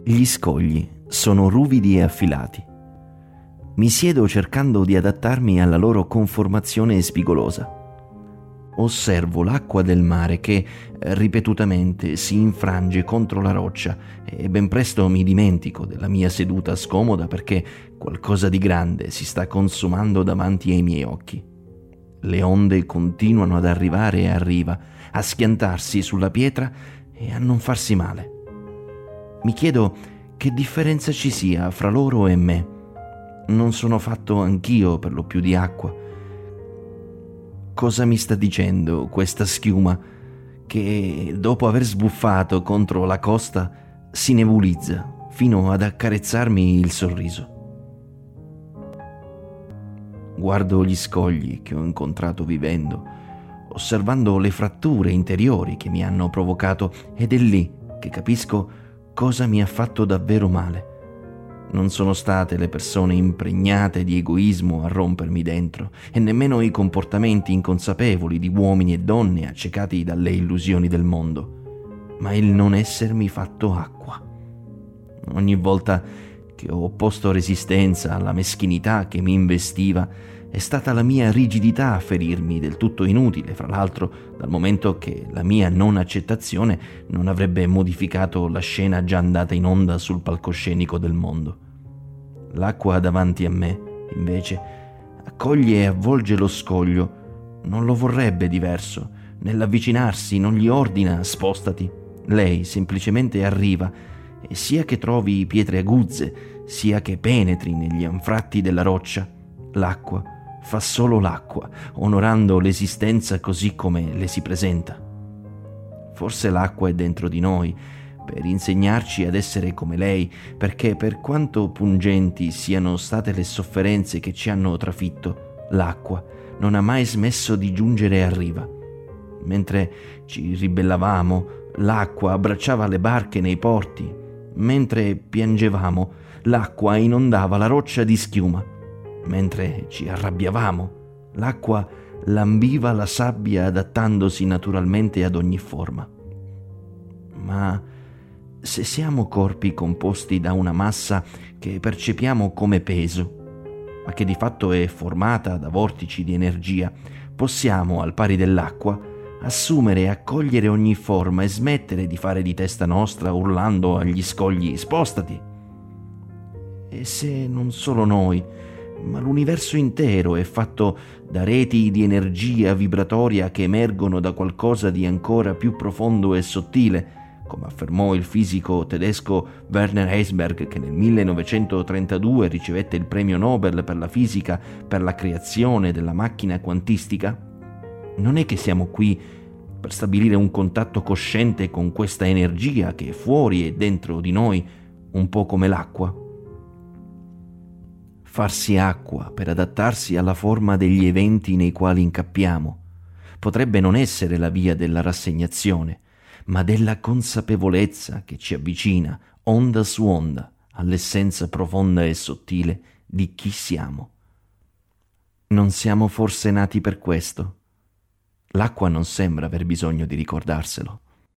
Gli scogli sono ruvidi e affilati. Mi siedo cercando di adattarmi alla loro conformazione spigolosa. Osservo l'acqua del mare che ripetutamente si infrange contro la roccia e ben presto mi dimentico della mia seduta scomoda perché qualcosa di grande si sta consumando davanti ai miei occhi. Le onde continuano ad arrivare e a riva, a schiantarsi sulla pietra e a non farsi male. Mi chiedo che differenza ci sia fra loro e me. Non sono fatto anch'io per lo più di acqua. Cosa mi sta dicendo questa schiuma che, dopo aver sbuffato contro la costa, si nebulizza fino ad accarezzarmi il sorriso? Guardo gli scogli che ho incontrato vivendo, osservando le fratture interiori che mi hanno provocato, ed è lì che capisco cosa mi ha fatto davvero male. Non sono state le persone impregnate di egoismo a rompermi dentro, e nemmeno i comportamenti inconsapevoli di uomini e donne accecati dalle illusioni del mondo, ma il non essermi fatto acqua. Ogni volta che ho opposto resistenza alla meschinità che mi investiva, è stata la mia rigidità a ferirmi, del tutto inutile, fra l'altro, dal momento che la mia non accettazione non avrebbe modificato la scena già andata in onda sul palcoscenico del mondo. L'acqua davanti a me, invece, accoglie e avvolge lo scoglio. Non lo vorrebbe diverso. Nell'avvicinarsi non gli ordina spostati. Lei semplicemente arriva, e sia che trovi pietre aguzze, sia che penetri negli anfratti della roccia, l'acqua fa solo l'acqua, onorando l'esistenza così come le si presenta. Forse l'acqua è dentro di noi, per insegnarci ad essere come lei, perché per quanto pungenti siano state le sofferenze che ci hanno trafitto, l'acqua non ha mai smesso di giungere a riva. Mentre ci ribellavamo, l'acqua abbracciava le barche nei porti. Mentre piangevamo, l'acqua inondava la roccia di schiuma. Mentre ci arrabbiavamo, l'acqua lambiva la sabbia adattandosi naturalmente ad ogni forma. Ma se siamo corpi composti da una massa che percepiamo come peso, ma che di fatto è formata da vortici di energia, possiamo, al pari dell'acqua, assumere e accogliere ogni forma e smettere di fare di testa nostra urlando agli scogli «Spostati!». E se non solo noi, ma l'universo intero è fatto da reti di energia vibratoria che emergono da qualcosa di ancora più profondo e sottile, come affermò il fisico tedesco Werner Heisenberg, che nel 1932 ricevette il premio Nobel per la fisica per la creazione della macchina quantistica? Non è che siamo qui per stabilire un contatto cosciente con questa energia che è fuori e dentro di noi, un po' come l'acqua? Farsi acqua per adattarsi alla forma degli eventi nei quali incappiamo potrebbe non essere la via della rassegnazione, ma della consapevolezza che ci avvicina, onda su onda, all'essenza profonda e sottile di chi siamo. Non siamo forse nati per questo? L'acqua non sembra aver bisogno di ricordarselo.